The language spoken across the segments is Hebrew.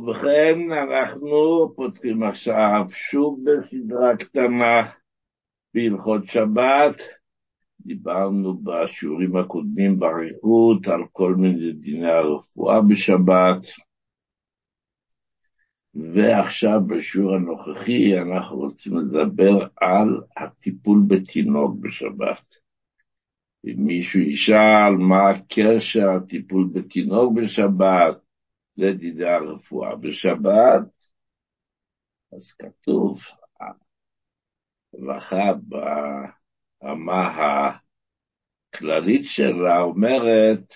ובכן, אנחנו פותחים עכשיו שוב בסדרה קטנה בהלכות שבת. דיברנו בשיעורים הקודמים באריכות על כל מיני דיני הרפואה בשבת, ועכשיו בשיעור הנוכחי אנחנו רוצים לדבר על הטיפול בתינוק בשבת. אם מישהו ישאל מה הקשר הטיפול בתינוק בשבת לדיני הרפואה בשבת, אז כתוב, ההלכה ברמה הכללית שלה אומרת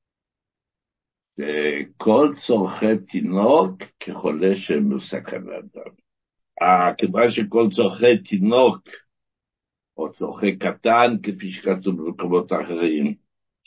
שכל צורכי תינוק כחולה שהם בסכנת דם. כיוון שכל צורכי תינוק או צורכי קטן, כפי שכתוב במקומות אחרים,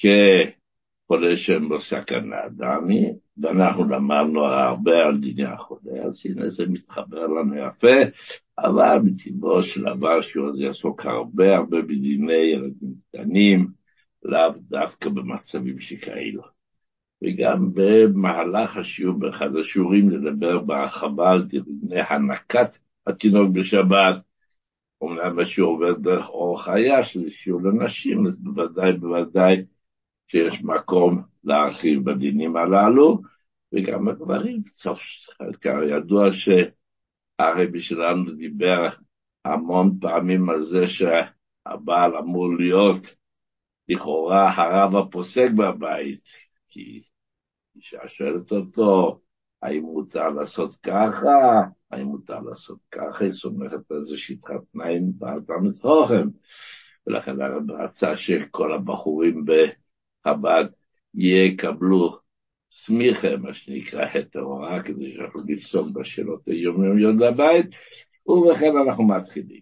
כחולה שהם בסכנת דם, ואנחנו למדנו הרבה על דיני החולה, אז הנה זה מתחבר לנו יפה, אבל מטבעו של דבר שהוא הזה יעסוק הרבה בדיני ילדים קטנים, לאו דווקא במצבים שכאלו. וגם במהלך השיעור, באחד השיעורים, נדבר בהרחבה על דיני הנקת התינוק בשבת. אומנם השיעור עובר דרך אורח חיה של שיעור לנשים, אז בוודאי שיש מקום להרחיב בדינים הללו, וגם הגברים, סוף ידוע שהרבי שלנו דיבר המון פעמים על זה שהבעל אמור להיות לכאורה הרב הפוסק בבית, כי אישה שואלת אותו, האם מותר לעשות ככה, האם מותר לעשות ככה, היא סומכת על זה שהתחתנה עם בעל תלמיד חכם, ולכן הרב רצה שכל הבחורים בחב"ד יקבלו סמיכה, מה שנקרא הטהורה, כדי שאנחנו נפסוק בשאלות היומיומיות בבית, ובכן אנחנו מתחילים.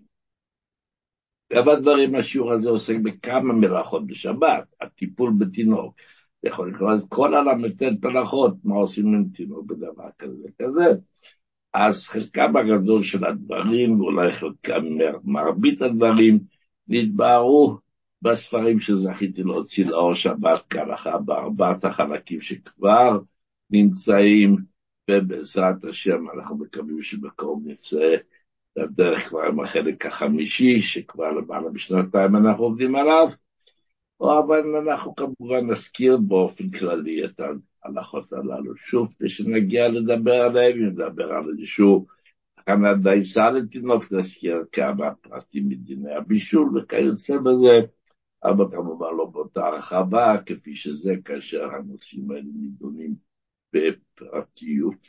כמה דברים השיעור הזה עוסק בכמה מלאכות בשבת, הטיפול בתינוק, יכול לקרוא את כל הל"ט מלאכות, מה עושים עם תינוק בדבר כזה כזה, אז חלקם הגדול של הדברים, ואולי חלקם מרבית הדברים, נתבהרו בספרים שזכיתי להוציא לאור שבת כהלכה, בארבעת החלקים שכבר נמצאים, ובעזרת השם אנחנו מקווים שבקרוב נצא לדרך כבר עם החלק החמישי, שכבר למעלה בשנתיים אנחנו עובדים עליו, אבל אנחנו כמובן נזכיר באופן כללי את ההלכות הללו. שוב, כשנגיע לדבר עליהם, נדבר על איזשהו הכנת דייסה לתינוק, נזכיר כמה פרטים מדיני הבישול וכיוצא בזה, אבל כמובן לא באותה הרחבה, כפי שזה כאשר הנושאים האלה נידונים בפרטיות.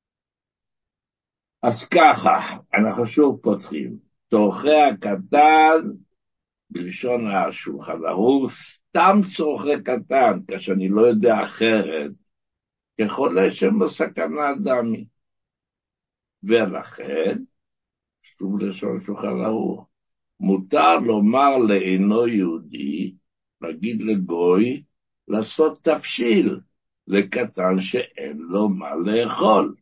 אז ככה, אנחנו שוב פותחים. צורכי הקטן, בלשון השולחן ערוך, סתם צורכי קטן, כשאני לא יודע אחרת, כחולה שהם בסכנת דם. ולכן, שוב לשון שולחן ערוך, מותר לומר לאינו יהודי, להגיד לגוי, לעשות תבשיל לקטן שאין לו מה לאכול.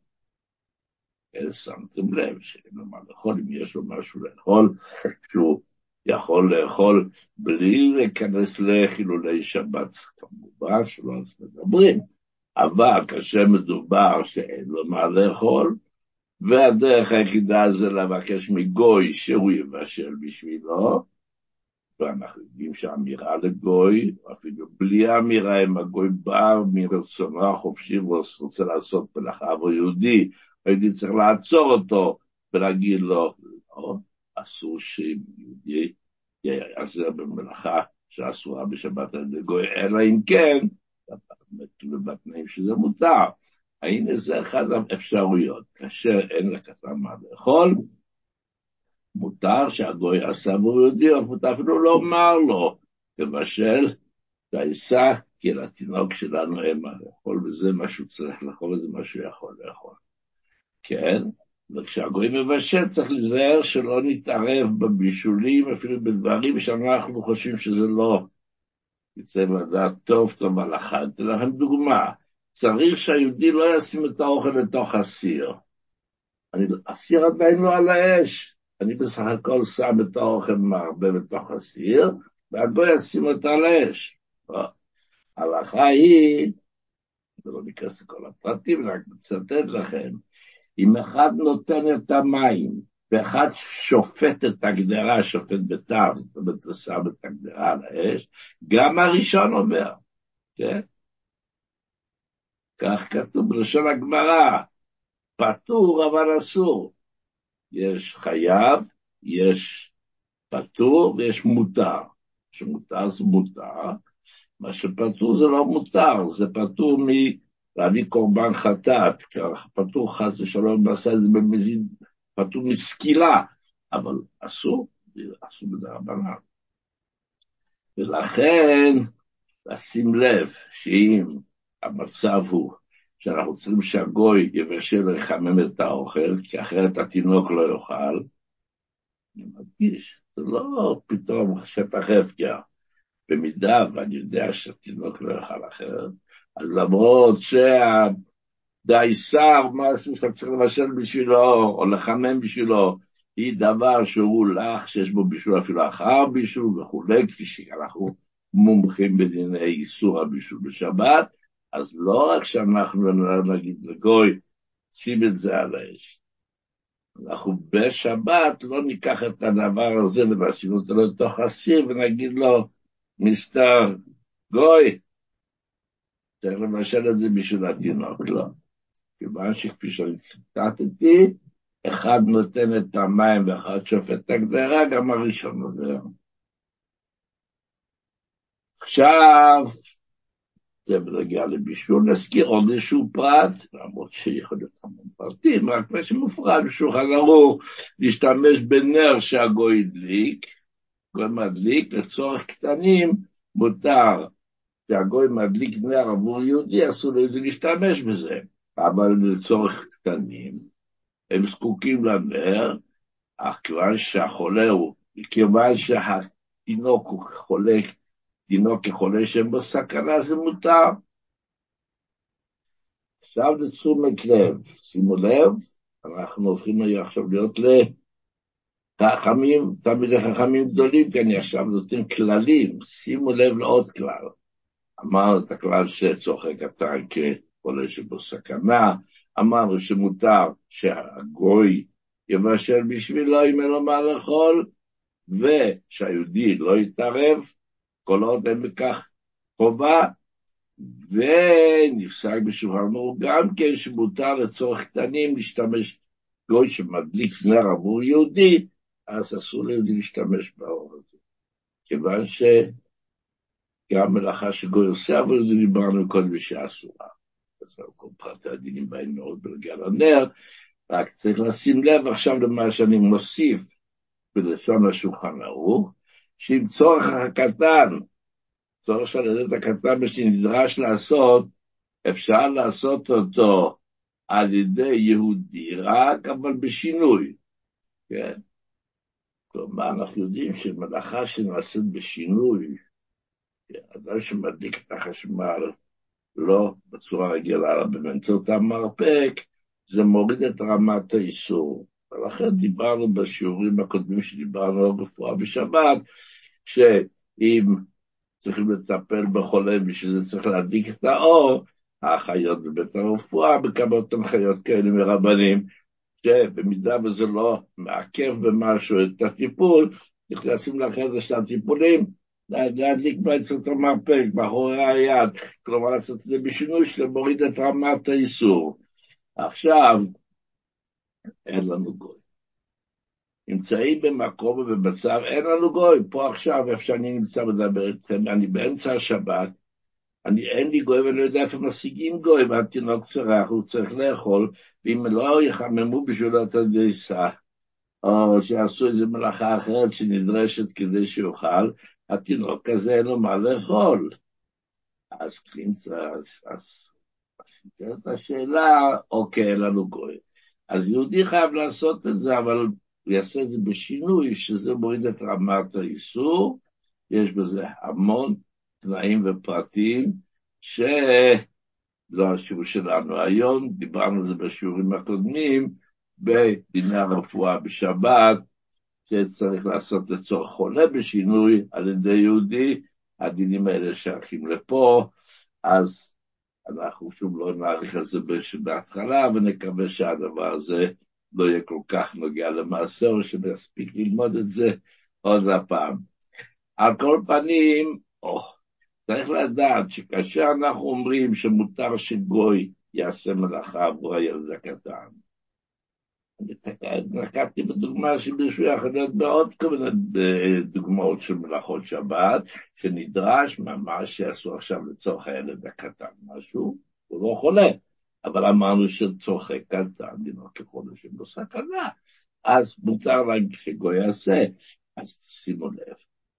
שמתם לב שאין לו מה לאכול, אם יש לו משהו לאכול, שהוא יכול לאכול בלי להיכנס לחילולי שבת, כמובן שלא מדברים, אבל כאשר מדובר שאין לו מה לאכול, והדרך היחידה זה לבקש מגוי שהוא יבשל בשבילו, ואנחנו יודעים שהאמירה לגוי, אפילו בלי האמירה, אם הגוי בא מרצונו החופשי ורוצה לעשות מלאכה עבור יהודי, הייתי צריך לעצור אותו ולהגיד לו, לא, אסור שיהודי יעזר במלאכה שאסורה בשבת על ידי גוי, אלא אם כן, בתנאים שזה מותר. הנה זה אחד האפשרויות, כאשר אין לקטן מה לאכול, מותר שהגוי יעשה עבור יהודי, אבל אפילו לא אומר לו, תבשל, תעשה, כי לתינוק שלנו אין מה לאכול, וזה מה שהוא צריך לאכול, וזה מה שהוא יכול לאכול. כן, וכשהגוי מבשל צריך להיזהר שלא נתערב בבישולים, אפילו בדברים שאנחנו חושבים שזה לא יצא לדעת טוב על אחד. אתן לכם דוגמה, צריך שהיהודי לא ישים את האוכל לתוך הסיר. הסיר עדיין לא על האש, אני בסך הכל שם את האוכל מהרבה בתוך הסיר, והגוי ישים אותה על האש. ההלכה היא ולא ניכנס לכל הפרטים, רק מצטט לכם, אם אחד נותן את המים, ואחד שופט את הגדרה, שופט בתו, זאת אומרת, שם את הגדרה על האש, גם הראשון עובר, כן? כך כתוב בלשון הגמרא, פטור אבל אסור. יש חייב, יש פטור ויש מותר. שמותר זה מותר, מה שפטור זה לא מותר, זה פטור מלהביא קורבן חטאת, פטור חס ושלום נעשה את זה במזיד, פטור מסקילה, אבל אסור, אסור בדרבנן. ולכן, לשים לב שאם המצב הוא שאנחנו צריכים שהגוי יבשל לחמם את האוכל, כי אחרת התינוק לא יאכל, אני מדגיש, זה לא פתאום שטח הפקר. במידה ואני יודע שהתינוק לא יאכל אחרת, אז למרות שהדייסר, משהו שאתה צריך לבשל בשבילו, או לחמם בשבילו, היא דבר שהוא לך, שיש בו בישול אפילו אחר בישול וכולי, כפי שאנחנו מומחים בדיני איסור הבישול בשבת, אז לא רק שאנחנו נגיד לגוי, שים את זה על האש. אנחנו בשבת לא ניקח את הדבר הזה ונשים אותו לתוך הסיר ונגיד לו, מיסטר גוי, צריך לבשל את זה בשביל התינוק, לא. כיוון שכפי שאני ציטטתי, אחד נותן את המים ואחד שופט את הגדרה, גם הראשון עובר. עכשיו, זה בנוגע לבישול, נזכיר עוד איזשהו פרט, למרות שיכול להיות המון פרטים, רק מה שמופרד בשולחן ערוך, להשתמש בנר שהגוי הדליק, גוי מדליק, לצורך קטנים מותר, שהגוי מדליק נר עבור יהודי, אסור ליהודי להשתמש בזה, אבל לצורך קטנים, הם זקוקים לנר, אך כיוון שהחולה הוא, כיוון שהתינוק הוא חולה, תינוק כחולה שהם בסכנה, זה מותר. עכשיו לתשומת לב, שימו לב, אנחנו הופכים עכשיו להיות לחכמים, תלמידי חכמים גדולים, כי אני עכשיו נותן כללים, שימו לב לעוד כלל. אמרנו את הכלל שצורך קטן כחולה שבו סכנה, אמרנו שמותר שהגוי יבשל בשבילו אם אין לו מה לאכול, ושהיהודי לא יתערב, כל עוד אין בכך חובה, ונפסק בשולחן ערוך גם כן שמותר לצורך קטנים להשתמש, גוי שמדליק נר עבור יהודי, אז אסור ליהודי להשתמש באור הזה. כיוון שגם מלאכה שגוי עושה, אבל דיברנו קודם שאסורה. אז כל פרטי הדינים באים מאוד בנוגע לנר, רק צריך לשים לב עכשיו למה שאני מוסיף בלשון השולחן ערוך, שעם צורך הקטן, צורך של הילד הקטן שנדרש לעשות, אפשר לעשות אותו על ידי יהודי רק, אבל בשינוי. כן? כלומר, אנחנו יודעים שמלאכה שנעשית בשינוי, אדם שמדליק את החשמל, לא בצורה רגילה, אלא באמצעות המרפק, זה מוריד את רמת האיסור. ולכן דיברנו בשיעורים הקודמים שדיברנו על רפואה בשבת, שאם צריכים לטפל בחולה בשביל זה צריך להדליק את האור, האחיות בבית הרפואה מקבלות הנחיות כאלה מרבנים, שבמידה וזה לא מעכב במשהו את הטיפול, נכנסים לחדר של הטיפולים, להדליק באמצעות המרפק, מאחורי היד, כלומר לעשות את זה בשינוי שמוריד את רמת האיסור. עכשיו, אין לנו גוי. נמצאים במקום ובמצב, אין לנו גוי. פה עכשיו, איפה שאני נמצא מדבר איתכם, אני באמצע השבת, אין לי גוי ואני לא יודע איפה משיגים גוי, והתינוק צרח, הוא צריך לאכול, ואם לא יחממו בשבילו את הדייסה, או שיעשו איזו מלאכה אחרת שנדרשת כדי שיאכל, התינוק הזה אין לו מה לאכול. אז את השאלה, אוקיי, אין לנו גוי. אז יהודי חייב לעשות את זה, אבל הוא יעשה את זה בשינוי, שזה מוריד את רמת האיסור, יש בזה המון תנאים ופרטים, שלא השיעור שלנו היום, דיברנו על זה בשיעורים הקודמים, בדיני הרפואה בשבת, שצריך לעשות לצורך חולה בשינוי על ידי יהודי, הדינים האלה שייכים לפה, אז אנחנו שוב לא נעריך על זה בהתחלה, ונקווה שהדבר הזה לא יהיה כל כך נוגע למעשה, או שנספיק ללמוד את זה עוד הפעם. על כל פנים, צריך לדעת שכאשר אנחנו אומרים שמותר שגוי יעשה מלאכה עבור הילד הקטן, נקטתי בדוגמה שמישהו יכול להיות בעוד כל מיני דוגמאות של מלאכות שבת, שנדרש ממש שיעשו עכשיו לצורך הילד הקטן משהו, הוא לא חולה, אבל אמרנו שצורכי קטן, דינו כחולה שלא סכנה, אז מותר להם שגוי יעשה, אז שימו לב.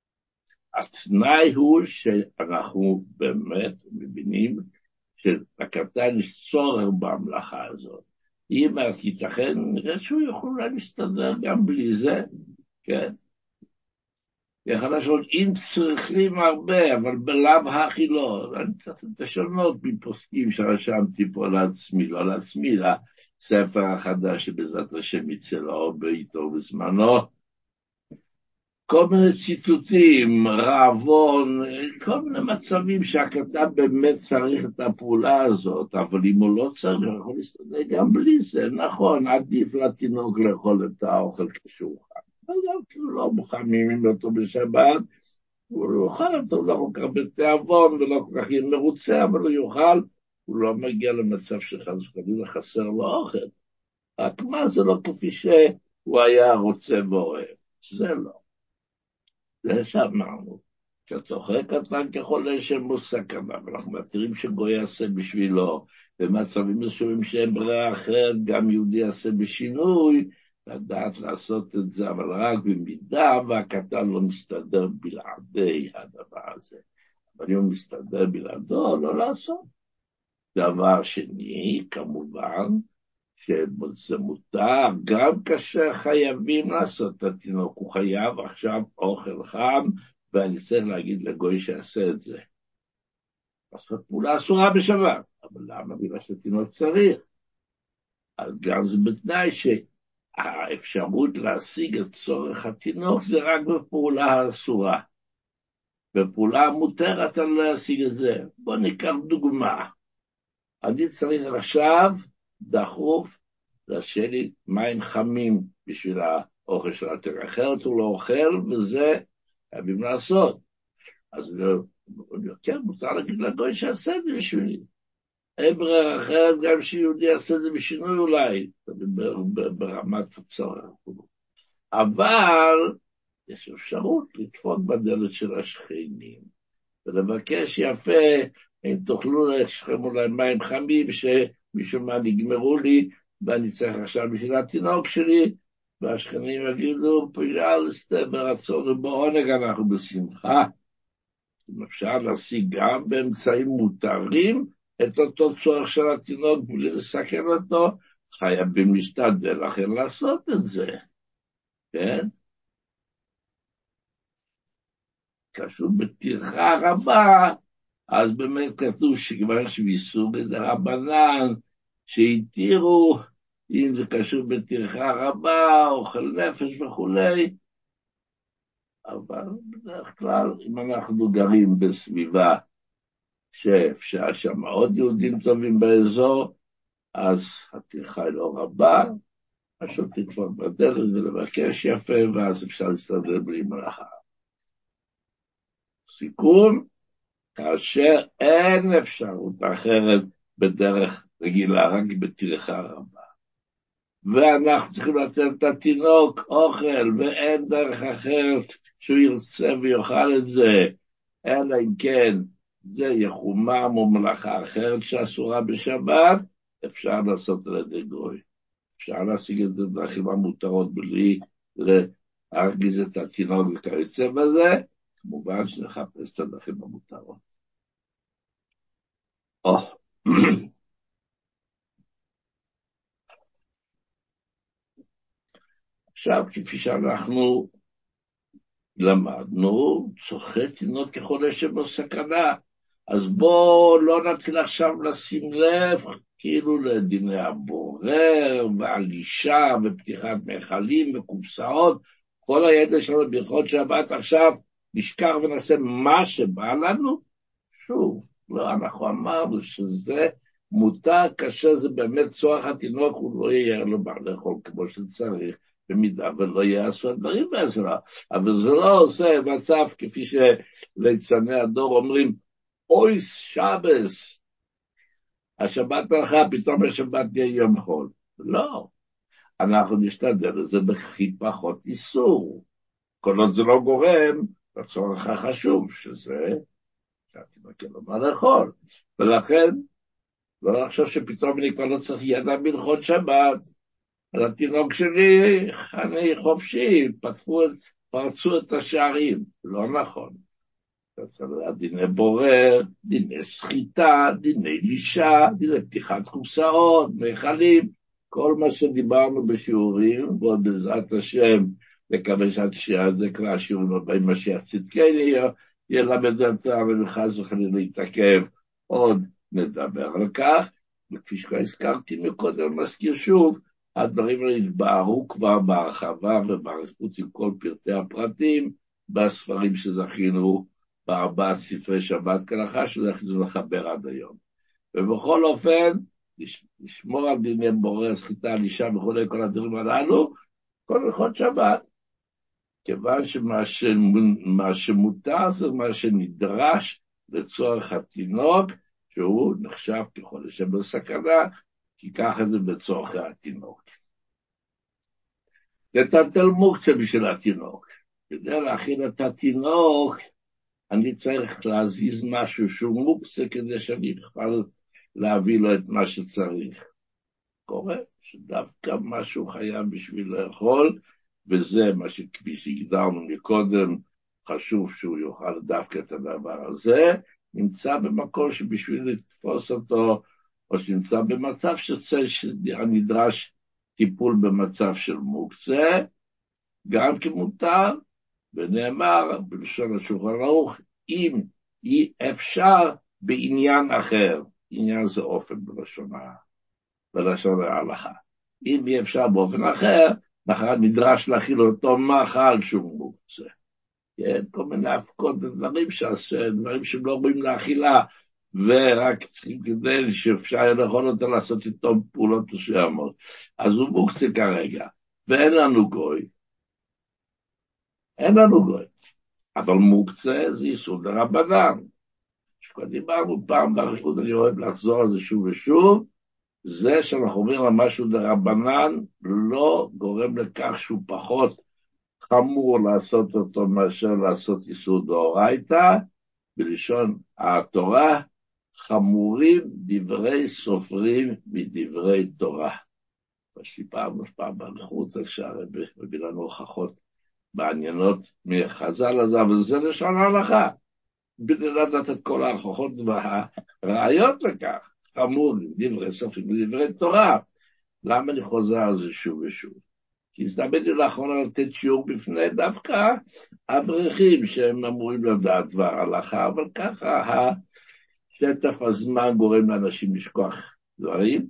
התנאי הוא שאנחנו באמת מבינים שלקטן יש צורך במלאכה הזאת. אם ייתכן, נראה שהוא יכול להסתדר גם בלי זה, כן? יכול לשאול, אם צריכים הרבה, אבל בלאו הכי לא. אני צריך לשנות מפוסקים שרשמתי פה לעצמי, לא לעצמי, לספר החדש שבעזרת השם יצא לו בעיתו בזמנו. כל מיני ציטוטים, רעבון, כל מיני מצבים שהקטן באמת צריך את הפעולה הזאת, אבל אם הוא לא צריך, הוא יכול להסתדר גם בלי זה. נכון, עדיף לתינוק לאכול את האוכל כשהוא חם. אבל כאילו לא מחממים אותו בשבת, הוא יאכל אותו לא כל כך בתיאבון ולא כל כך יהיה מרוצה, אבל הוא יאכל, הוא לא מגיע למצב שחס וחלילה חסר לו אוכל. רק מה זה לא כפי שהוא היה רוצה ואוהב, זה לא. זה שאמרנו, שהצורך קטן ככל שמו סכנה, ואנחנו מכירים שגוי יעשה בשבילו, במצבים מסוימים שאין ברירה אחרת, גם יהודי יעשה בשינוי, לדעת לעשות את זה, אבל רק במידה, והקטן לא מסתדר בלעדי הדבר הזה. אבל אם הוא מסתדר בלעדו, לא לעשות. דבר שני, כמובן, שזה מותר, גם כאשר חייבים לעשות את התינוק, הוא חייב עכשיו אוכל חם, ואני צריך להגיד לגוי שיעשה את זה. לעשות פעולה אסורה בשבת, אבל למה? בגלל שהתינוק צריך. אז גם זה בתנאי שהאפשרות להשיג את צורך התינוק זה רק בפעולה האסורה. בפעולה המותרת אני לא אשיג את זה. בואו ניקח דוגמה. אני צריך עכשיו דחוף לשלי מים חמים בשביל האוכל של התינוק, אחרת הוא לא אוכל, וזה חייבים לעשות. אז כן, מותר להגיד לגוי שיעשה את זה בשבילי. אין ברירה אחרת, גם שיהודי יעשה את זה בשינוי אולי, ברמת הצורך. אבל יש אפשרות לדפוק בדלת של השכנים, ולבקש יפה, אם תוכלו לשכם אולי מים חמים, שמישהו מה נגמרו לי, ואני צריך עכשיו בשביל התינוק שלי, והשכנים יגידו, פז'לסטה, ברצון ובעונג, אנחנו בשמחה. אם אפשר להשיג גם באמצעים מותרים, את אותו צורך של התינוק, בלי לסכן אותו, חייבים להשתדל לכן לעשות את זה, כן? קשור בטרחה רבה, אז באמת כתוב שכבר שביסו בדרבנן, שהתירו, אם זה קשור בטרחה רבה, אוכל נפש וכולי, אבל בדרך כלל, אם אנחנו גרים בסביבה שאפשר שם עוד יהודים טובים באזור, אז הטרחה היא לא רבה, פשוט תדפוק בדלת ולבקש יפה, ואז אפשר להסתדר בלי מלאכה. סיכום, כאשר אין אפשרות אחרת בדרך רגילה, רק בטרחה רבה. ואנחנו צריכים לתת את התינוק אוכל, ואין דרך אחרת שהוא ירצה ויאכל את זה, אלא אם כן זה יחומם או מלאכה אחרת שאסורה בשבת, אפשר לעשות על ידי גוי. אפשר להשיג את הדרכים המותרות בלי להרגיז את התינוק וכיוצא בזה, כמובן שנחפש את הדרכים המותרות. עכשיו, כפי שאנחנו למדנו, צורכי תינוק כחולה שבו סכנה, אז בואו לא נתחיל עכשיו לשים לב, כאילו לדיני הבורר, ועל אישה, ופתיחת מיכלים, וקופסאות, כל הידע שלנו בהלכות שבת עכשיו, נשכח ונעשה מה שבא לנו, שוב, לא, אנחנו אמרנו שזה מותר כאשר זה באמת צורך התינוק, הוא לא יהיה לו מה לאכול כמו שצריך, במידה ולא יעשו הדברים האלה. אבל זה לא עושה מצב כפי שליצני הדור אומרים, אוי שבס, השבת הלכה, פתאום השבת תהיה יום חול. לא, אנחנו נשתדל לזה בכי פחות איסור. כל עוד זה לא גורם לצורך החשוב, שזה שהתינוק אין לו מה לאכול. ולכן, לא לחשוב שפתאום אני כבר לא צריך ידע בהלכות שבת, על התינוק שלי, אני חופשי, פרצו את השערים. לא נכון. דיני בורר, דיני סחיטה, דיני לישה, דיני פתיחת קופסאות, מיכלים, כל מה שדיברנו בשיעורים, ועוד בעזרת השם, מקווה שזה כבר השיעורים הבאים, משיח צדקני, ילמד אותנו וחס וחלילה להתעכב, עוד נדבר על כך, וכפי שכבר הזכרתי מקודם, מזכיר שוב, הדברים האלה התבהרו כבר בהרחבה ובאריכות עם כל פרטי הפרטים, בספרים שזכינו בארבעת ספרי שבת כהלכה, שזכינו לחבר עד היום. ובכל אופן, לשמור על דיני בורר, סחיטה, לישה וכו', כל הדברים הללו, כל הלכות שבת. כיוון שמה שמותר זה מה שנדרש לצורך התינוק, שהוא נחשב ככל שבסכנה, כי ככה זה בצורך התינוק. לטלטל מוקצה בשביל התינוק. כדי להכין את התינוק, אני צריך להזיז משהו שהוא מוקצה כדי שאני אוכל להביא לו את מה שצריך. קורה שדווקא משהו חייב בשביל לאכול, וזה מה שכפי שהגדרנו מקודם, חשוב שהוא יאכל דווקא את הדבר הזה, נמצא במקום שבשביל לתפוס אותו, או שנמצא במצב שנדרש טיפול במצב של מוקצה, גם כמותר, ונאמר בלשון השולחן ערוך, אם אי אפשר בעניין אחר, עניין זה אופן בלשון ההלכה. אם אי אפשר באופן אחר, נדרש להכיל אותו מאכל שהוא מוקצה. כן, כל מיני הפקות דברים שהם לא רואים לאכילה, ורק צריכים כדי שאפשר לאכול אותו לעשות איתו פעולות מסוימות. אז הוא מוקצה כרגע, ואין לנו גוי. אין לנו גוי. אבל מוקצה זה איסור דרבנן. שכבר דיברנו פעם באריכות, אני אוהב לחזור על זה שוב ושוב, זה שאנחנו אומרים על משהו דרבנן, לא גורם לכך שהוא פחות חמור לעשות אותו מאשר לעשות איסור דאורייתא, בלשון התורה, חמורים דברי סופרים מדברי תורה. וסיפרנו פעם באריכות, כשהרבי מביא לנו הוכחות מעניינות מחז"ל הזה, אבל זה לשון ההלכה. בלי לדעת את כל ההוכחות והראיות לכך, חמור דברי סופרים מדברי תורה. למה אני חוזר על זה שוב ושוב? כי הזדמן לי לאחרונה לתת שיעור בפני דווקא אברכים שהם אמורים לדעת דבר הלכה, אבל ככה שטף הזמן גורם לאנשים לשכוח דברים,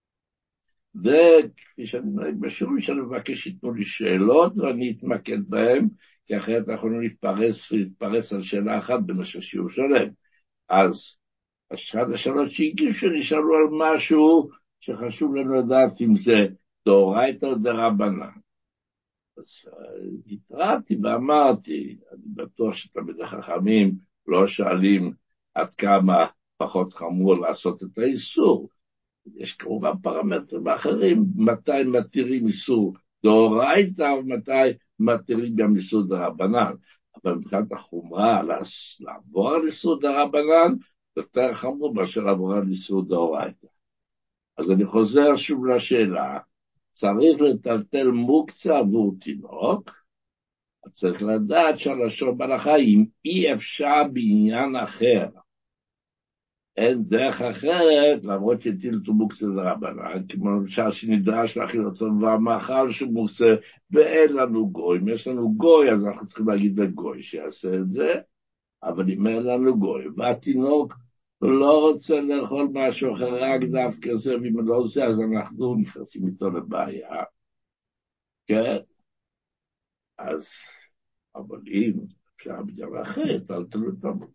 וכפי שאני נוהג בשיעורים שאני מבקש שיתנו לי שאלות ואני אתמקד בהם, כי אחרת אנחנו לא נתפרס על שאלה אחת במשך שיעור שלם. אז אחד השאלות שהגישו נשאלו על משהו שחשוב לנו לדעת אם זה דאורייתא או דרבנן. אז התרעתי ואמרתי, אני בטוח שתלמידי חכמים לא שואלים עד כמה פחות חמור לעשות את האיסור. יש כמובן פרמטרים אחרים, מתי מתירים איסור דאורייתא ומתי מתירים גם איסור דרבנן. אבל מבחינת החומרה, לעבור על איסור דרבנן, יותר חמור מאשר לעבור על איסור דאורייתא. אז אני חוזר שוב לשאלה, צריך לטלטל מוקצה עבור תינוק, צריך לדעת שהלשון בהלכה, אם אי אפשר בעניין אחר, אין דרך אחרת, למרות שטלטול מוקצה דרבנן, כמו למשל שנדרש להכיל אותו דבר מאכל שהוא מוקצה, ואין לנו גוי. אם יש לנו גוי, אז אנחנו צריכים להגיד לגוי שיעשה את זה, אבל אם אין לנו גוי, והתינוק לא רוצה לאכול משהו אחר, רק דווקא זה, ואם לא עושה, אז אנחנו נכנסים איתו לבעיה. כן? אז, אבל אם אפשר בגלל אחרת, אל תלו את המוק.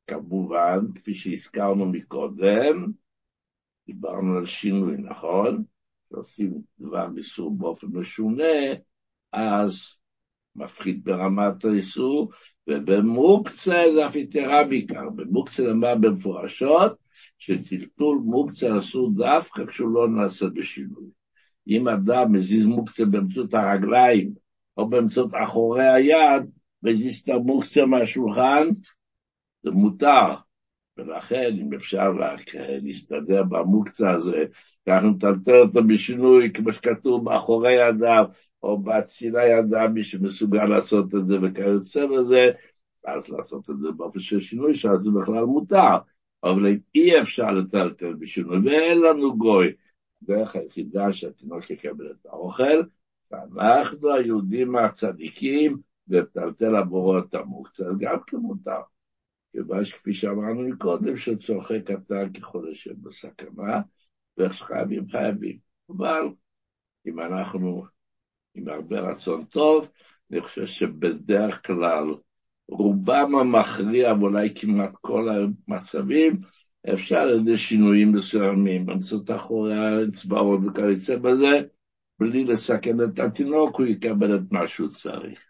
כמובן, כפי שהזכרנו מקודם, דיברנו על שינוי, נכון? שעושים דבר איסור באופן משונה, אז מפחית ברמת האיסור, ובמוקצה זה אף יתרה בעיקר. במוקצה נאמר במפורשות, שטלטול מוקצה אסור דווקא כשהוא לא נעשה בשינוי. אם אדם מזיז מוקצה באמצעות הרגליים, או באמצעות אחורי היד, מזיז את המוקצה מהשולחן, זה מותר. ולכן, אם אפשר להסתדר במוקצה הזה, אנחנו נטלטל אותו בשינוי, כמו שכתוב, מאחורי ידיו, או בצילה ידיו, מי שמסוגל לעשות את זה וכיוצא בזה, אז לעשות את זה באופן של שינוי, שאז זה בכלל מותר. אבל אי אפשר לטלטל בשינוי, ואין לנו גוי. הדרך היחידה שהתינוק יקבל את האוכל, ואנחנו היהודים הצדיקים, לטלטל עבורו את המוקצה, אז גם כמותר. כיוון שכפי שאמרנו מקודם, שצורכי קטן ככל השם בסכנה, ואיך שחייבים חייבים. אבל אם אנחנו עם הרבה רצון טוב, אני חושב שבדרך כלל, רובם המכריע, ואולי כמעט כל המצבים, אפשר על ידי שינויים מסוימים, באמצעות אחורי האצבעות וכיוצא בזה, בלי לסכן את התינוק, הוא יקבל את מה שהוא צריך.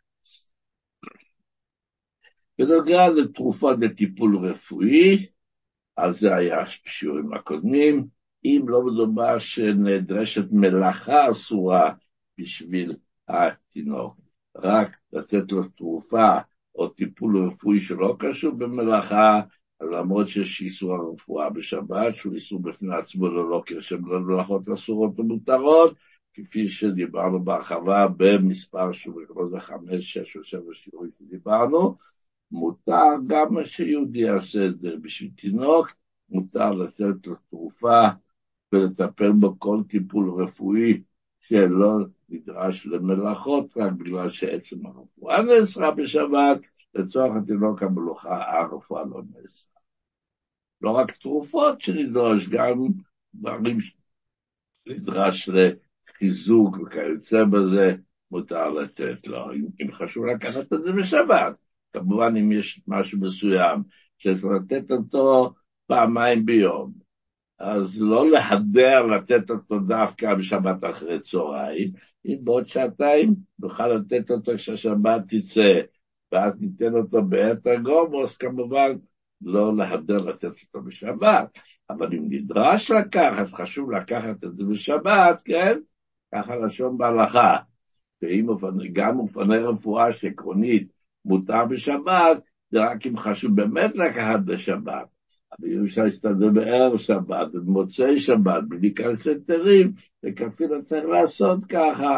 בנוגע לתרופות לטיפול רפואי, אז זה היה בשיעורים הקודמים, אם לא מדובר שנדרשת מלאכה אסורה בשביל התינוק, רק לתת לו תרופה או טיפול רפואי שלא קשור במלאכה, למרות שיש איסור הרפואה בשבת, שהוא איסור בפני עצמו ללא קשר למלאכות אסורות ומותרות, כפי שדיברנו בהרחבה במספר שיעורים, לא זה 5, 6 או 7 שיעורים שדיברנו, מותר גם מה שיהודי יעשה את זה בשביל תינוק, מותר לתת לו תרופה ולטפל בו כל טיפול רפואי שלא נדרש למלאכות, רק בגלל שעצם הרפואה נאסרה בשבת, לצורך התינוק המלוכה הרפואה לא נאסרה. לא רק תרופות שנדרש, גם דברים שנדרש לחיזוק וכיוצא בזה, מותר לתת לו, אם חשוב לקחת את זה בשבת. כמובן, אם יש משהו מסוים שצריך לתת אותו פעמיים ביום, אז לא להדר לתת אותו דווקא בשבת אחרי צהריים, אם בעוד שעתיים נוכל לתת אותו כשהשבת תצא, ואז ניתן אותו בעת הגומוס, כמובן לא להדר לתת אותו בשבת, אבל אם נדרש לקחת, חשוב לקחת את זה בשבת, כן? ככה לשון בהלכה, ואם גם אופני רפואה שעקרונית מותר בשבת, זה רק אם חשוב באמת לקחת בשבת. אבל אם אפשר להסתדר בערב שבת ובמוצאי שבת, בלי להיכנס היתרים, וכפי צריך לעשות ככה.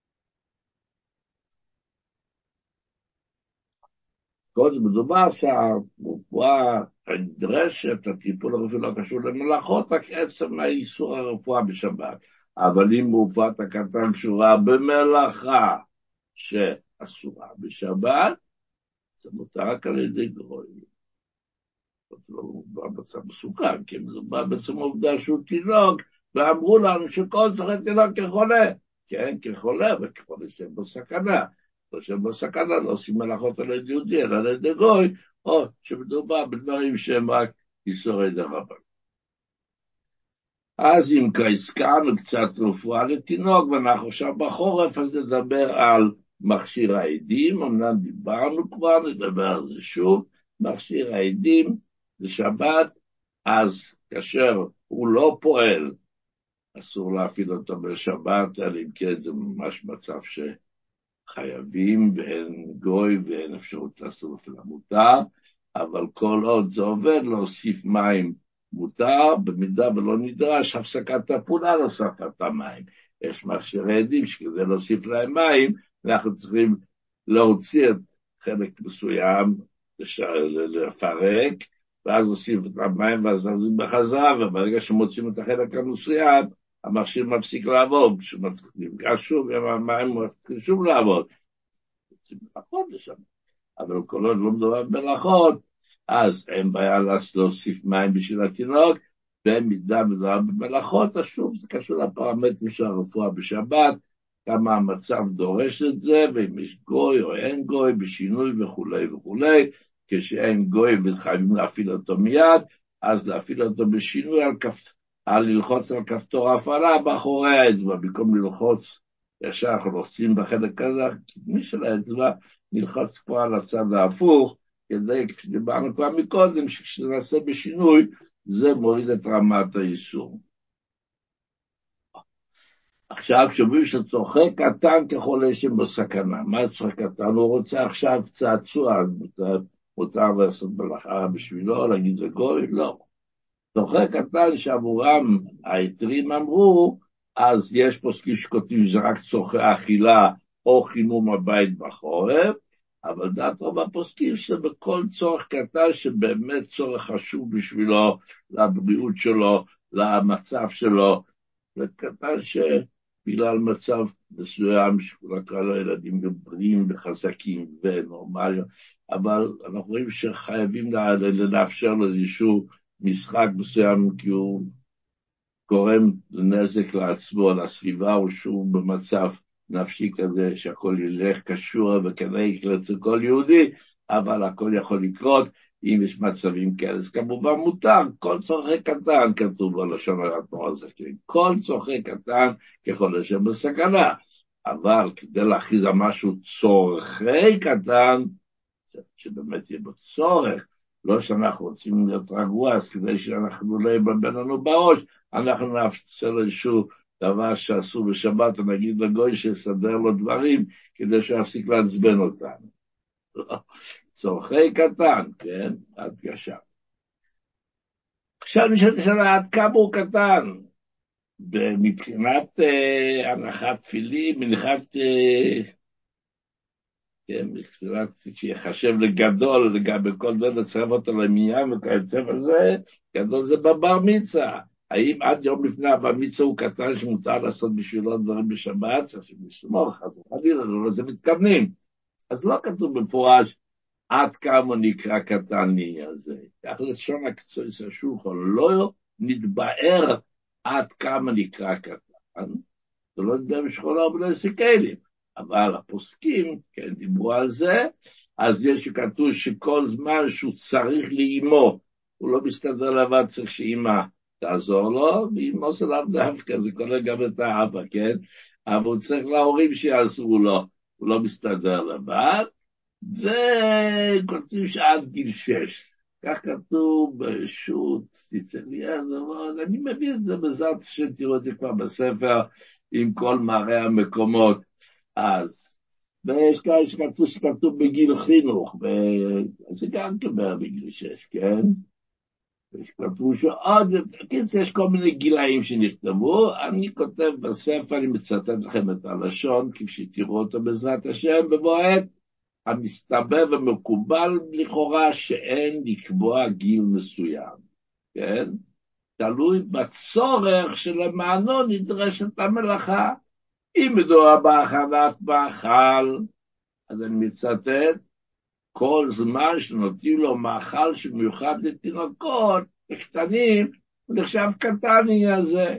קודם מדובר שהרפואה הנדרשת, הטיפול הרפואי לא קשור למלאכות, רק עצם האיסור הרפואה בשבת. אבל אם רפואת הקטן קשורה במלאכה שאסורה בשבת, זה מותר רק על ידי גרועים. זה לא במצב מסוכן, כי מדובר בעצם עובדה שהוא תינוק, ואמרו לנו שכל צריך תינוק כחולה, כן, כחולה, וכחולה שהם בסכנה. לא שהם בסכנה, לא עושים מלאכות על ידי יהודי, אלא על ידי גוי, או שמדובר בדברים שהם רק איסורי דרבנן. אז אם הזכרנו קצת רפואה לתינוק, ואנחנו עכשיו בחורף, אז נדבר על מכשיר העדים, אמנם דיברנו כבר, נדבר על זה שוב, מכשיר העדים לשבת, אז כאשר הוא לא פועל, אסור להפעיל אותו בשבת, אלא אם כן זה ממש מצב שחייבים, ואין גוי ואין אפשרות לעשות אפילו מותר, אבל כל עוד זה עובד, להוסיף מים מותר, במידה ולא נדרש, הפסקת הפעולה להוספת המים. יש מכשירי עדים שכדי להוסיף להם מים, אנחנו צריכים להוציא את חלק מסוים, לפרק, ואז להוסיף את המים ואז להזרים בחזרה, וברגע שמוצאים את החלק המסוים, המכשיר מפסיק לעבוד, כשנפגש שוב עם המים הוא מתחיל שוב לעבוד. רוצים מלאכות לשם, אבל כל עוד לא מדובר במלאכות, אז אין בעיה להוסיף מים בשביל התינוק, במידה מדובר במלאכות, אז שוב זה קשור לפרמטרים של הרפואה בשבת, כמה המצב דורש את זה, ואם יש גוי או אין גוי, בשינוי וכו' וכו', כשאין גוי וחייבים להפעיל אותו מיד, אז להפעיל אותו בשינוי על ללחוץ על כפתור ההפעלה באחורי האצבע, במקום ללחוץ ישר, אנחנו לוחצים בחלק הזה, הקדמי של האצבע, נלחץ כבר על הצד ההפוך, כדי, כשדיברנו כבר מקודם, שכשנעשה בשינוי, זה מוריד את רמת האיסור. עכשיו, כשאומרים שצורכי קטן ככל שם בסכנה, מה צורך קטן? הוא רוצה עכשיו צעצוע, מותר לעשות מלאכה בשבילו, להגיד לגוי? לא. צורכי קטן שעבורם היתרים אמרו, אז יש פוסקים שכותבים שזה רק צורכי אכילה או חימום הבית בחורף, אבל דעת רוב הפוסקים שבכל צורך קטן שבאמת צורך חשוב בשבילו, לבריאות שלו, למצב שלו, זה קטן שבגלל מצב מסוים שכל הילדים בריאים וחזקים ונורמליים, אבל אנחנו רואים שחייבים לאפשר לו איזשהו משחק מסוים, כי הוא גורם לנזק לעצמו, לסביבה, או שהוא במצב נפשי כזה שהכל ילך קשור וכנראה יקרה אצל כל יהודי, אבל הכל יכול לקרות אם יש מצבים כאלה. אז כמובן מותר, כל צורכי קטן כתוב בלשון התורה הזה, כל צורכי קטן ככל השם בסכנה, אבל כדי להכריז על משהו צורכי קטן, שבאמת יהיה בו צורך, לא שאנחנו רוצים להיות רגוע, אז כדי שאנחנו לא יבלבל לנו בראש, אנחנו נאפשר איזשהו דבר שעשו בשבת, נגיד לגוי שיסדר לו דברים, כדי שיפסיק לעצבן אותנו. צורכי קטן, כן? הדגשה. עכשיו נשאלת השאלה, עד כמה הוא קטן? מבחינת הנחת תפילין, מנחת מבחינת שיחשב לגדול, לגבי כל דבר לצרף אותו למניין וכיוצא בזה, גדול זה בבר מצווה. האם עד יום לפני הבר מצווה הוא קטן שמותר לעשות בשבילו דברים בשבת? שמסמוך, אז חלילה, לא לזה מתכוונים. אז לא כתוב במפורש עד כמה נקרא קטן נהיה זה. כך לשון הקצועי של השולחן, לא נתבאר עד כמה נקרא קטן, זה לא נתבאר בשכונה ולא יסיקלים. אבל הפוסקים, כן, דיברו על זה, אז יש שכתוב שכל זמן שהוא צריך לאימו, הוא לא מסתדר לבד, צריך שאימא תעזור לו, ואימו זה לאו דווקא, זה כולל גם את האבא, כן? אבל הוא צריך להורים שיעזרו לו, הוא לא מסתדר לבד, וכותבים שעד גיל 6. כך כתוב בשו"ת סיצליה, אני מביא את זה בעזרת שתראו את זה כבר בספר, עם כל מראה המקומות. אז, ויש כאלה שכתוב בגיל חינוך, זה גם כבר בגיל 6, כן? וכתבו שעוד, קיצר, יש כל מיני גילאים שנכתבו, אני כותב בספר, אני מצטט לכם את הלשון, כפי שתראו אותו בעזרת השם, במועד, המסתבר ומקובל לכאורה שאין לקבוע גיל מסוים, כן? תלוי בצורך שלמענו נדרשת המלאכה. אם מדובר בהכנת מאכל, אז אני מצטט, כל זמן שנותנים לו מאכל שמיוחד לתינוקות, לקטנים, הוא נחשב קטני הזה.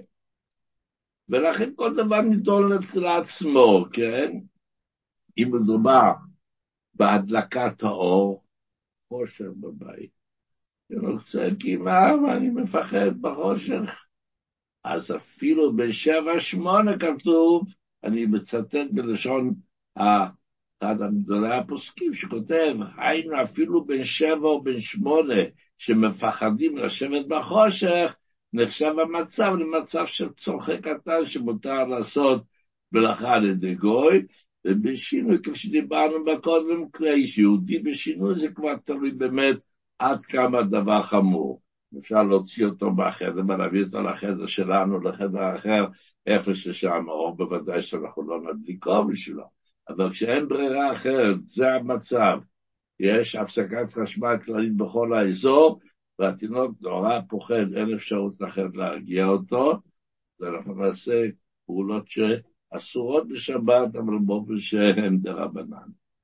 ולכן כל דבר נידון לעצמו, כן? אם מדובר בהדלקת האור, חושך בבית. אני רוצה כמעט, אני מפחד בחושך. אז אפילו ב7-8 כתוב, אני מצטט בלשון אחד מגדולי הפוסקים שכותב, היינו אפילו בן 7 או בן 8 שמפחדים לשבת בחושך, נחשב המצב למצב של צורכי קטן שמותר לעשות מלאכה על ידי גוי, ובשינוי, כפי שדיברנו בקודם, כאיש יהודי בשינוי זה כבר תלוי באמת עד כמה הדבר חמור. אפשר להוציא אותו מהחדר ולהביא אותו לחדר שלנו, לחדר אחר, איפה ששם, או בוודאי שאנחנו לא נדליק אור בשבילו. אבל כשאין ברירה אחרת, זה המצב. יש הפסקת חשמל כללית בכל האזור, והתינוק נורא פוחד, אין אפשרות אחרת להרגיע אותו, ואנחנו נעשה פעולות שאסורות בשבת, אבל באופן שהן דרבנן.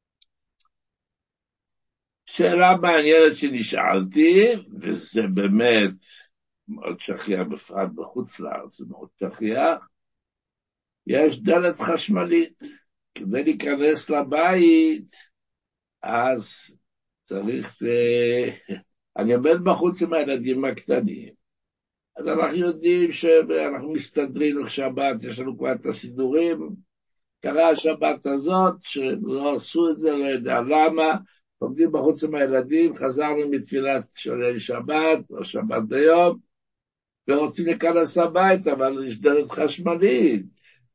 שאלה מעניינת שנשאלתי, וזה באמת מאוד שכיח, בפרט בחוץ לארץ, זה מאוד שכיח, יש דלת חשמלית. כדי להיכנס לבית, אז צריך, אני עומד בחוץ עם הילדים הקטנים, אז אנחנו יודעים שאנחנו מסתדרים לשבת, יש לנו כבר את הסידורים, קרה השבת הזאת, שלא עשו את זה, לא יודע למה, עומדים בחוץ עם הילדים, חזרנו מתפילת שולי שבת, או שבת ביום, ורוצים להיכנס הביתה, אבל יש דלת חשמלית,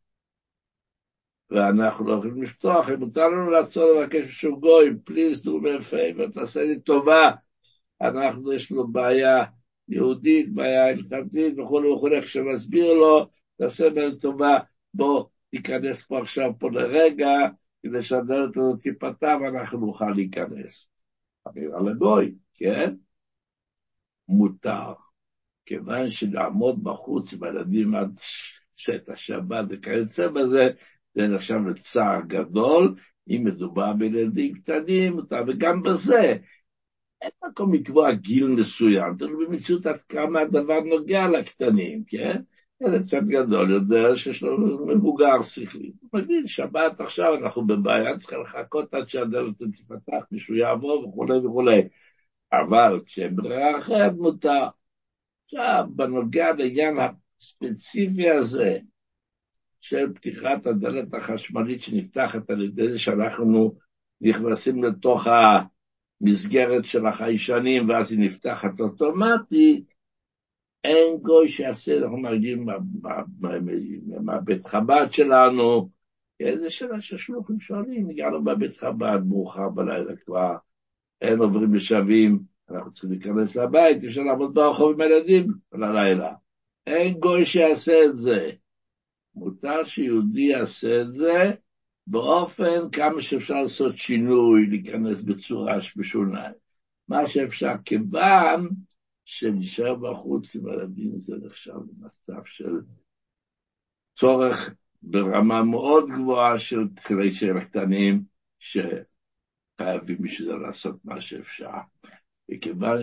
ואנחנו לא יכולים לפתוח, אם מותר לנו לעצור לבקש משהו גוי, please do me a favor, תעשה לי טובה, אנחנו יש לו בעיה יהודית, בעיה הלכתית וכו' וכו', איך שמסביר לו, תעשה לנו טובה, בוא תיכנס פה עכשיו פה לרגע, כדי שהדלת הזאת תיפתח ואנחנו נוכל להיכנס. אמירה לגוי, כן? מותר. כיוון שלעמוד בחוץ עם הילדים עד צאת השבת וכיוצא בזה, זה נחשב לצער גדול, אם מדובר בילדים קטנים, וגם בזה, אין מקום לקבוע גיל מסוים, תלוי במציאות עד כמה הדבר נוגע לקטנים, כן? ילד קצת גדול יודע שיש לו מבוגר שכלי. הוא מבין, שבת עכשיו אנחנו בבעיה, צריך לחכות עד שהדלת תפתח, מישהו יעבור וכו' וכו'. אבל כשברירה אחרת מותר. עכשיו, בנוגע לעניין הספציפי הזה, של פתיחת הדלת החשמלית שנפתחת על ידי זה שאנחנו נכנסים לתוך המסגרת של החיישנים ואז היא נפתחת אוטומטית, אין גוי שיעשה, אנחנו מרגיעים מהבית חב"ד שלנו, איזה שאלה ששלוחים שואלים, הגענו בבית חב"ד, מאוחר בלילה כבר, אין עוברים ושבים, אנחנו צריכים להיכנס לבית, אפשר לעמוד ברחוב עם הילדים ללילה. אין גוי שיעשה את זה. מותר שיהודי יעשה את זה, באופן כמה שאפשר לעשות שינוי, להיכנס בצורה משונה. מה שאפשר, כיוון שנשאר בחוץ עם הילדים, זה נחשב במצב של צורך ברמה מאוד גבוהה של תחילי של הקטנים, שחייבים בשביל זה לעשות מה שאפשר. וכיוון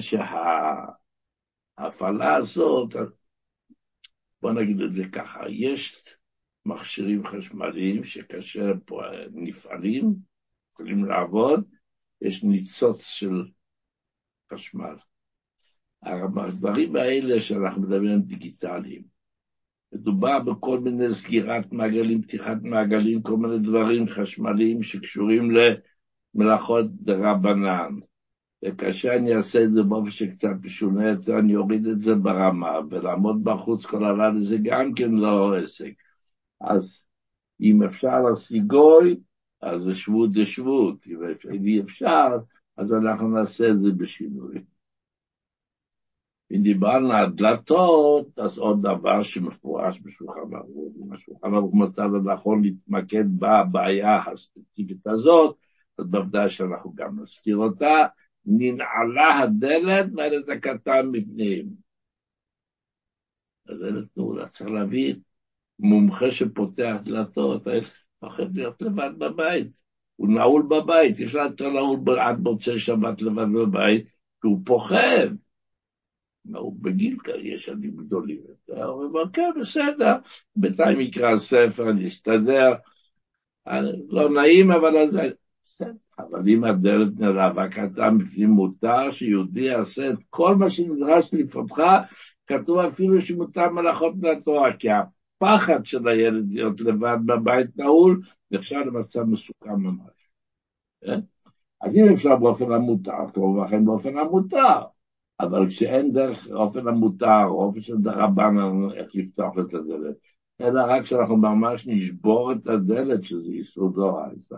שההפעלה הזאת, בוא נגיד את זה ככה, יש מכשירים חשמליים שכאשר פה נפעלים, יכולים לעבוד, יש ניצוץ של חשמל. הדברים האלה שאנחנו מדברים דיגיטליים, מדובר בכל מיני סגירת מעגלים, פתיחת מעגלים, כל מיני דברים חשמליים שקשורים למלאכות דרבנן. וכאשר אני אעשה את זה באופן שקצת משונה יותר, אני אוריד את זה ברמה, ולעמוד בחוץ כל הלילה זה גם כן לא עסק. אז אם אפשר להשיג גוי, אז זה שבות דשבות, אם אי אפשר, אז אנחנו נעשה את זה בשינוי. אם דיברנו על דלתות, אז עוד דבר שמפורש בשולחן ערוך, אם השולחן ערוך מצא לנכון להתמקד בבעיה הספציפית הזאת, אז בוודאי שאנחנו גם נזכיר אותה, ננעלה הדלת והילד הקטן בפנים. הדלת נעולה, צריך להביא מומחה שפותח דלתות, הילד פחד להיות לבד בבית, הוא נעול בבית, יש לה יותר נעול עד מוצאי שבת לבד בבית, כי הוא פוחד. הוא בגיל כזה, יש ילדים גדולים יותר, הוא אומר, כן, בסדר, בינתיים יקרא ספר, נסתדר, לא נעים, אבל זה... אבל אם הדלת נראה והקטן בפנים מותר, שיהודי יעשה את כל מה שנדרש לפתחה, כתוב אפילו שמותר מלאכות מהתורה, כי הפחד של הילד להיות לבד בבית נעול, נחשב למצב מסוכן ממש. אז אם אפשר באופן המותר, כמובן באופן המותר, אבל כשאין דרך אופן המותר, אופן של דרבנן, איך לפתוח את הדלת, אלא רק שאנחנו ממש נשבור את הדלת, שזה איסור דאורייתא.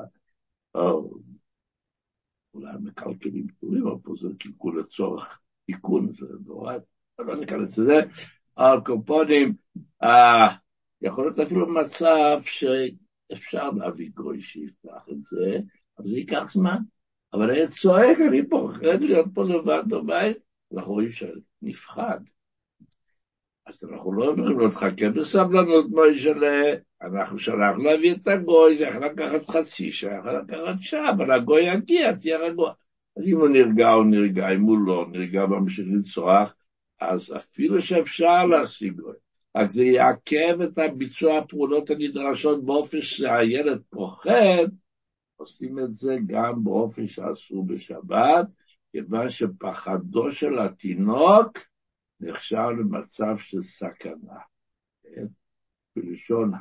אולי מקלקלים פטורים, אבל פה זה קלקול לצורך תיקון, זה דאורייתא, לא ניכנס לזה. הקופונים, יכול להיות אפילו מצב שאפשר להביא גוי שיפתח את זה, אבל זה ייקח זמן. אבל היה צועק, אני פוחד להיות פה לבד בבית, אנחנו רואים שנפחד. אז אנחנו לא אומרים לו, תחכה בסבלנות מוישלה, אנחנו שלחנו להביא את הגוי, זה יכול לקחת חצי שעה, יכול לקחת שעה, אבל הגוי יגיע, תהיה רגוע. אז אם הוא נרגע, הוא נרגע, אם הוא לא נרגע ממשיך לצרוח, אז אפילו שאפשר להשיג גוי. אז זה יעכב את הביצוע הפעולות הנדרשות באופן שהילד פוחד, עושים את זה גם באופן שעשו בשבת, כיוון שפחדו של התינוק נחשב למצב של סכנה. כן? בלשון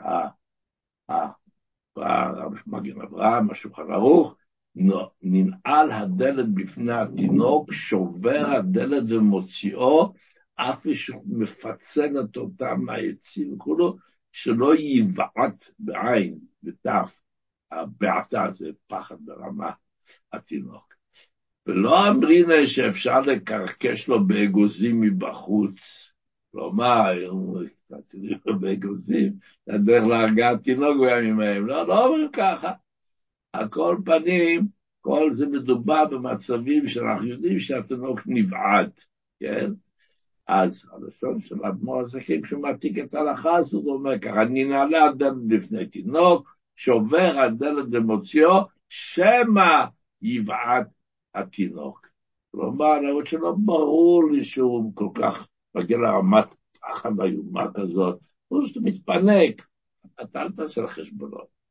מגן אברהם, השולחן ערוך, ננעל הדלת בפני התינוק, שובר הדלת ומוציאו, אף שמפצל את אותם מהיצים וכולו, שלא יבעט בעין, בתף. הבעתה זה פחד ברמה התינוק. ולא אמרינה שאפשר לקרקש לו באגוזים מבחוץ. כלומר, תצילים לו באגוזים, זה דרך להרגע התינוק בימים ההם. לא אומרים ככה. על כל פנים, כל זה מדובר במצבים שאנחנו יודעים שהתינוק נבעט, כן? אז הלשון של אדמו"ר הזקן, כשהוא מעתיק את ההלכה הזאת, הוא אומר ככה, ננעלה הדלת לפני תינוק, שובר הדלת ומוציאו, שמא יבעט התינוק. כלומר, למרות שלא ברור לי שהוא כל כך מגיע לרמת פחד איומה כזאת, הוא שאתה מתפנק, אתה אל תעשה לחשבונות.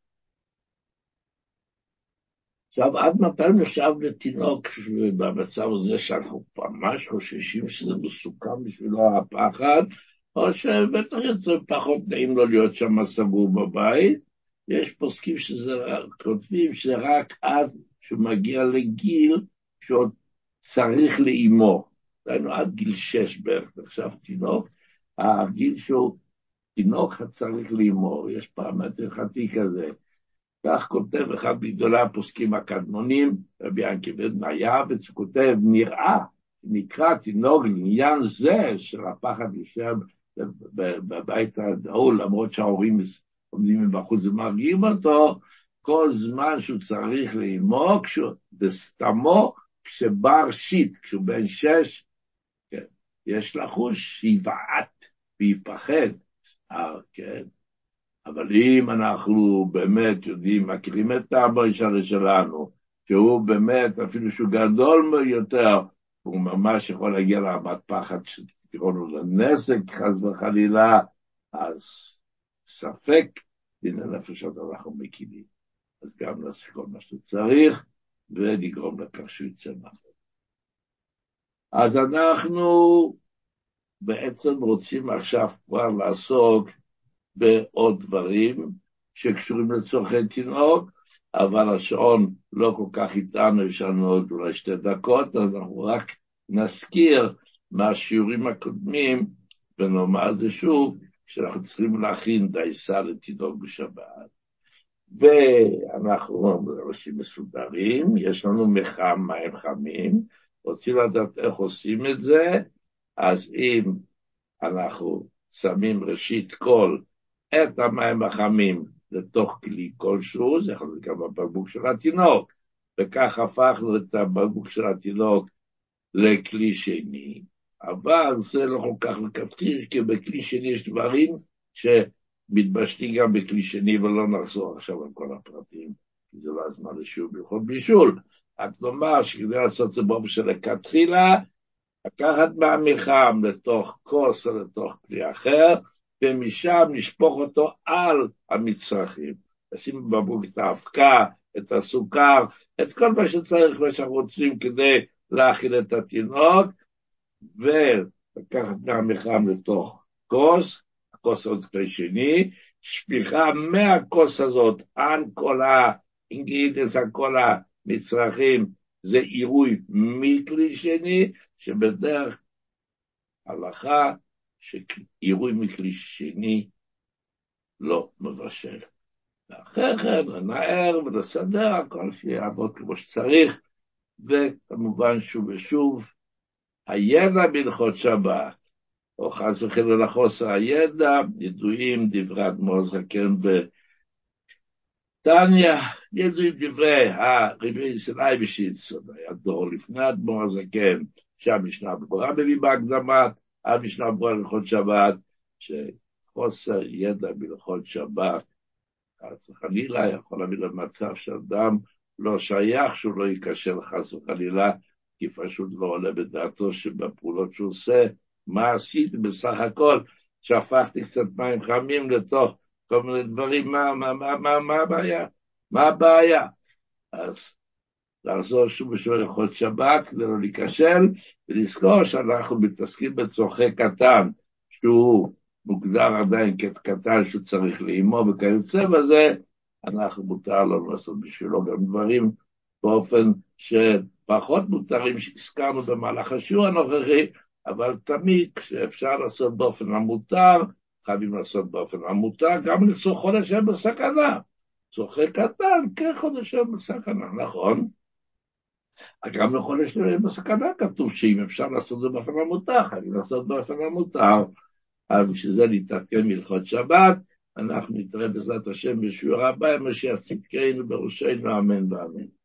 עכשיו, עד מתי נחשב לתינוק במצב הזה שאנחנו ממש חוששים שזה מסוכן בשבילו הפחד, או שבטח זה פחות נעים לו להיות שם סגור בבית. יש פוסקים כותבים שזה רק עד שהוא מגיע לגיל שעוד צריך לאימו. דהיינו עד גיל 6 בערך, עכשיו תינוק, הגיל שהוא תינוק צריך לאימו, יש פרמטר הלכתי כזה. כך כותב אחד מגדולי הפוסקים הקדמונים, רבי ינקי בניה, וכותב, נקרא תינוק לעניין זה של הפחד להישאר בבית הנעול, למרות שההורים עומדים מבחוץ ומרגיעים אותו, כל זמן שהוא צריך לאמו, בסתמו, כשבר שיט, כשהוא בן 6, כן, יש לחוש שיבעט ויפחד, כן. אבל אם אנחנו באמת יודעים, מכירים את האבא שלנו, שהוא באמת, אפילו שהוא גדול יותר, הוא ממש יכול להגיע לרמת פחד שתקראו לנסק, חס וחלילה, אז ספק, דיני נפשות אנחנו מכירים. אז גם נעשה כל מה שצריך, ונגרום לכך שהוא יצא מהחוק. אז אנחנו בעצם רוצים עכשיו כבר לעסוק בעוד דברים שקשורים לצורכי תינוק, אבל השעון לא כל כך איתנו, יש לנו עוד אולי 2 דקות, אז אנחנו רק נזכיר מהשיעורים הקודמים, ונאמר זה שוב, שאנחנו צריכים להכין דייסה לתינוק בשבת, ואנחנו עושים מסודרים, יש לנו מים חמים, רוצים לדעת איך עושים את זה, אז אם אנחנו שמים ראשית כל את המים החמים לתוך כלי כלשהו, זה יכול להיות גם הבקבוק של התינוק, וכך הפכנו את הבקבוק של התינוק לכלי שני, אבל זה לא כל כך מקפחים, כי בכלי שני יש דברים שמתבשלים גם בכלי שני, ולא נחזור עכשיו על כל הפרטים, כי זה לא הזמן לשיעור בלכות בישול. רק נאמר שכדי לעשות זה באופן שלכתחילה, לקחת מים חם לתוך כוס או לתוך כלי אחר, ומשם נשפוך אותו על המצרכים. נשים בבקבוק את האבקה, את הסוכר, את כל מה שצריך, מה שאנחנו רוצים כדי להאכיל את התינוק, ולקחת מים חם לתוך כוס, הכוס עוד כלי שני, שפיכה מהכוס הזאת על כל האינגרידיאנטס, על כל המצרכים, זה עירוי מכלי שני, שבדרך הלכה שעירוי מכלי שני לא מבשל. ואחרי כן ננער ונסדר הכל שיעבוד כמו שצריך, וכמובן שוב ושוב, הידע בהלכות שבת, או חס וחלילה לחוסר הידע, ידועים דברי אדמו"ר הזקן בתניא, ידועים דברי הרבי סיני ושיצון, היה דור לפני אדמו"ר הזקן, שהמשנה ברורה מביא בהקדמת, המשנה ברורה להלכות שבת, שחוסר ידע בהלכות שבת, חס וחלילה יכול להביא למצב שאדם לא שייך, שהוא לא יקשר חס וחלילה, כי פשוט לא עולה בדעתו שבפעולות שהוא עושה, מה עשיתי בסך הכל, שהפכתי קצת מים חמים לתוך כל מיני דברים, מה הבעיה? מה הבעיה? אז לחזור שוב ושוב ללכות שבת כדי לא להיכשל, ולזכור שאנחנו מתעסקים בצורכי קטן, שהוא מוגדר עדיין כקטן שצריך לאמו וכיוצא בזה, אנחנו מותר לנו לעשות בשבילו גם דברים באופן שפחות מותרים שהזכרנו במהלך השיעור הנוכחי, אבל תמיד כשאפשר לעשות באופן המותר, חייבים לעשות באופן המותר, גם לצורכו לשם בסכנה. צורכי קטן כחודש לשם בסכנה, נכון? גם לחודש לשם בסכנה כתוב שאם אפשר לעשות זה באופן המותר, חייבים לעשות באופן המותר. אז בשביל זה נתעדכן מלכות שבת, אנחנו נתראה בעזרת השם בשיעור הבא, משיח צדקנו בראשנו, אמן ואמן.